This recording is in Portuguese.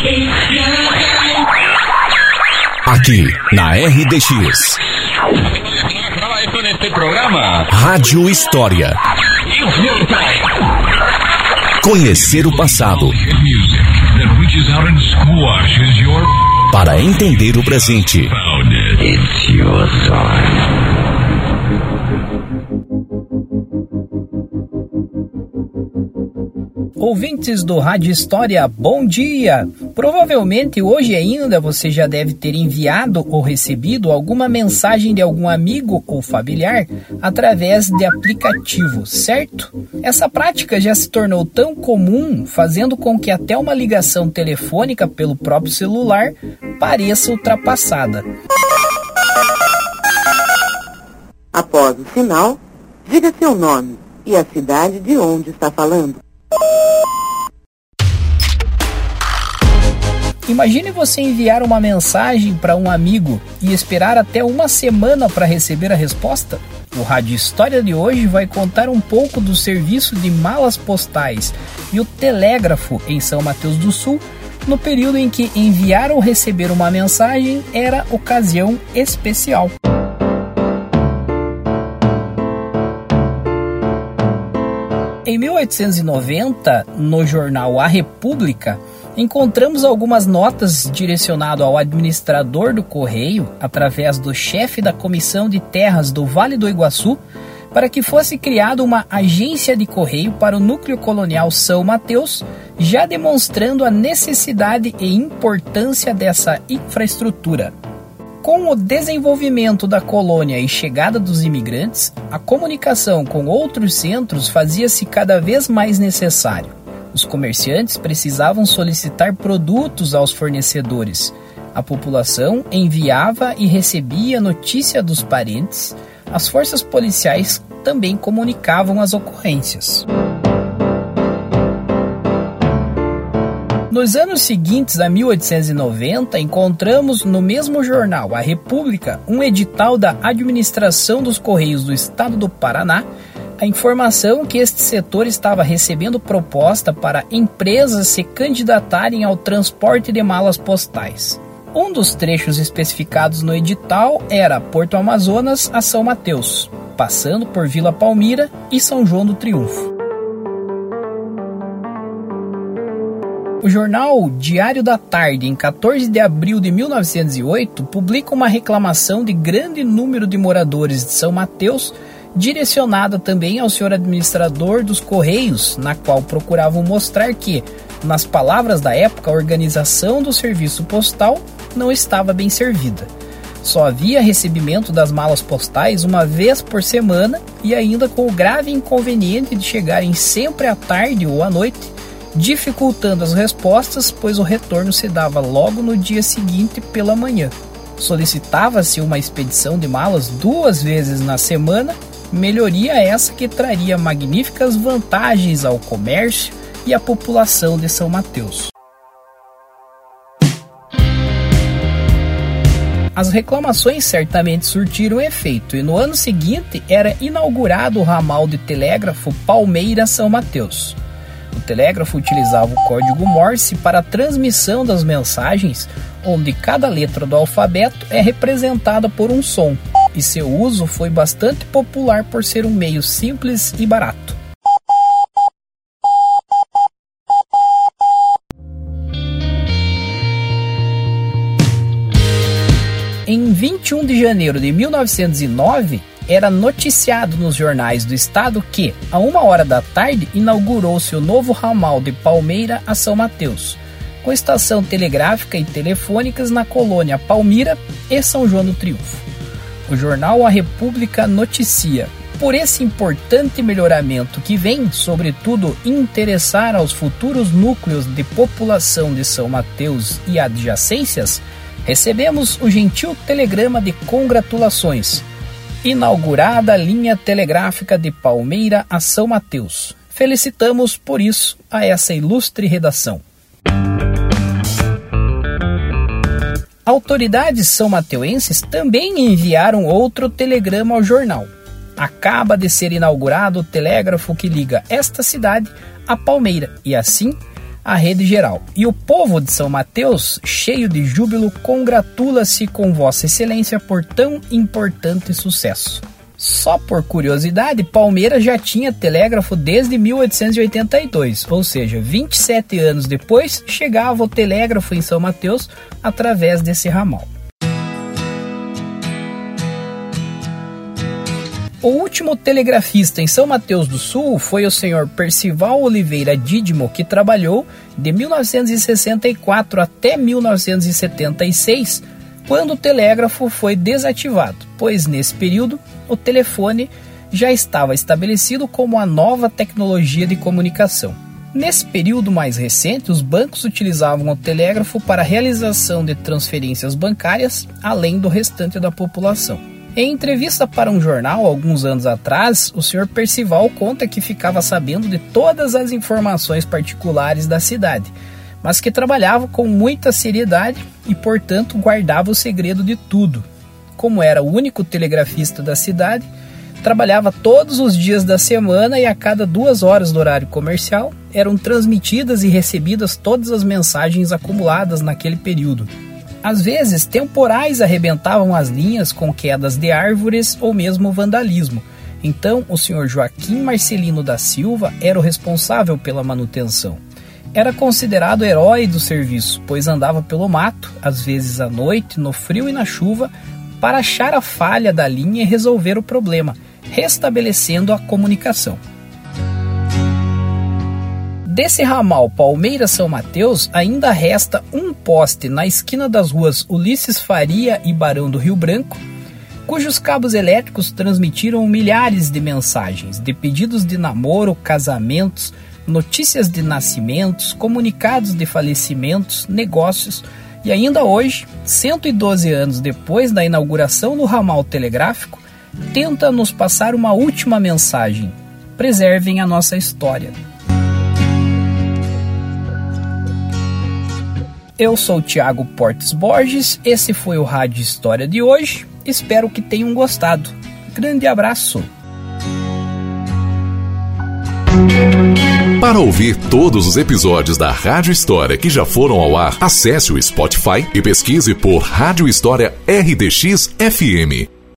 Aqui, na RDX. Rádio História. Conhecer o passado. Para entender o presente. Ouvintes do Rádio História, bom dia! Provavelmente hoje ainda você já deve ter enviado ou recebido alguma mensagem de algum amigo ou familiar através de aplicativo, certo? Essa prática já se tornou tão comum, fazendo com que até uma ligação telefônica pelo próprio celular pareça ultrapassada. Após o sinal, diga seu nome e a cidade de onde está falando. Imagine você enviar uma mensagem para um amigo e esperar até uma semana para receber a resposta? O Rádio História de hoje vai contar um pouco do serviço de malas postais e o telégrafo em São Mateus do Sul, no período em que enviar ou receber uma mensagem era ocasião especial. Em 1890, no jornal A República, encontramos algumas notas direcionadas ao administrador do Correio, através do chefe da Comissão de Terras do Vale do Iguaçu, para que fosse criada uma agência de correio para o núcleo colonial São Mateus, já demonstrando a necessidade e importância dessa infraestrutura. Com o desenvolvimento da colônia e chegada dos imigrantes, a comunicação com outros centros fazia-se cada vez mais necessário. Os comerciantes precisavam solicitar produtos aos fornecedores. A população enviava e recebia notícia dos parentes. As forças policiais também comunicavam as ocorrências. Nos anos seguintes a 1890, encontramos no mesmo jornal, A República, um edital da Administração dos Correios do Estado do Paraná, a informação que este setor estava recebendo proposta para empresas se candidatarem ao transporte de malas postais. Um dos trechos especificados no edital era Porto Amazonas a São Mateus, passando por Vila Palmira e São João do Triunfo. O jornal Diário da Tarde, em 14 de abril de 1908, publica uma reclamação de grande número de moradores de São Mateus, direcionada também ao senhor administrador dos Correios, na qual procuravam mostrar que, nas palavras da época, a organização do serviço postal não estava bem servida. Só havia recebimento das malas postais uma vez por semana e ainda com o grave inconveniente de chegarem sempre à tarde ou à noite, dificultando as respostas, pois o retorno se dava logo no dia seguinte pela manhã. Solicitava-se uma expedição de malas 2 vezes na semana, melhoria essa que traria magníficas vantagens ao comércio e à população de São Mateus. As reclamações certamente surtiram efeito e no ano seguinte era inaugurado o ramal de telégrafo Palmeira-São Mateus. O telégrafo utilizava o código Morse para a transmissão das mensagens, onde cada letra do alfabeto é representada por um som, e seu uso foi bastante popular por ser um meio simples e barato. Em 21 de janeiro de 1909, era noticiado nos jornais do estado que, a 1h da tarde, inaugurou-se o novo ramal de Palmeira a São Mateus, com estação telegráfica e telefônicas na colônia Palmira e São João do Triunfo. O jornal A República noticia: por esse importante melhoramento que vem, sobretudo, interessar aos futuros núcleos de população de São Mateus e adjacências, recebemos o gentil telegrama de congratulações. Inaugurada a linha telegráfica de Palmeira a São Mateus. Felicitamos, por isso, a essa ilustre redação. Autoridades são-mateuenses também enviaram outro telegrama ao jornal. Acaba de ser inaugurado o telégrafo que liga esta cidade a Palmeira e, assim, a rede geral. E o povo de São Mateus, cheio de júbilo, congratula-se com Vossa Excelência por tão importante sucesso. Só por curiosidade, Palmeira já tinha telégrafo desde 1882, ou seja, 27 anos depois, chegava o telégrafo em São Mateus através desse ramal. O último telegrafista em São Mateus do Sul foi o senhor Percival Oliveira Dídimo, que trabalhou de 1964 até 1976, quando o telégrafo foi desativado, pois nesse período o telefone já estava estabelecido como a nova tecnologia de comunicação. Nesse período mais recente, os bancos utilizavam o telégrafo para a realização de transferências bancárias, além do restante da população. Em entrevista para um jornal, alguns anos atrás, o Sr. Percival conta que ficava sabendo de todas as informações particulares da cidade, mas que trabalhava com muita seriedade e, portanto, guardava o segredo de tudo. Como era o único telegrafista da cidade, trabalhava todos os dias da semana e a cada 2 horas do horário comercial eram transmitidas e recebidas todas as mensagens acumuladas naquele período. Às vezes, temporais arrebentavam as linhas com quedas de árvores ou mesmo vandalismo. Então, o Sr. Joaquim Marcelino da Silva era o responsável pela manutenção. Era considerado herói do serviço, pois andava pelo mato, às vezes à noite, no frio e na chuva, para achar a falha da linha e resolver o problema, restabelecendo a comunicação. Desse ramal Palmeira-São Mateus, ainda resta um poste na esquina das ruas Ulisses Faria e Barão do Rio Branco, cujos cabos elétricos transmitiram milhares de mensagens, de pedidos de namoro, casamentos, notícias de nascimentos, comunicados de falecimentos, negócios, e ainda hoje, 112 anos depois da inauguração do ramal telegráfico, tenta nos passar uma última mensagem: preservem a nossa história. Eu sou Tiago Portes Borges, esse foi o Rádio História de hoje, espero que tenham gostado. Grande abraço! Para ouvir todos os episódios da Rádio História que já foram ao ar, acesse o Spotify e pesquise por Rádio História RDX FM.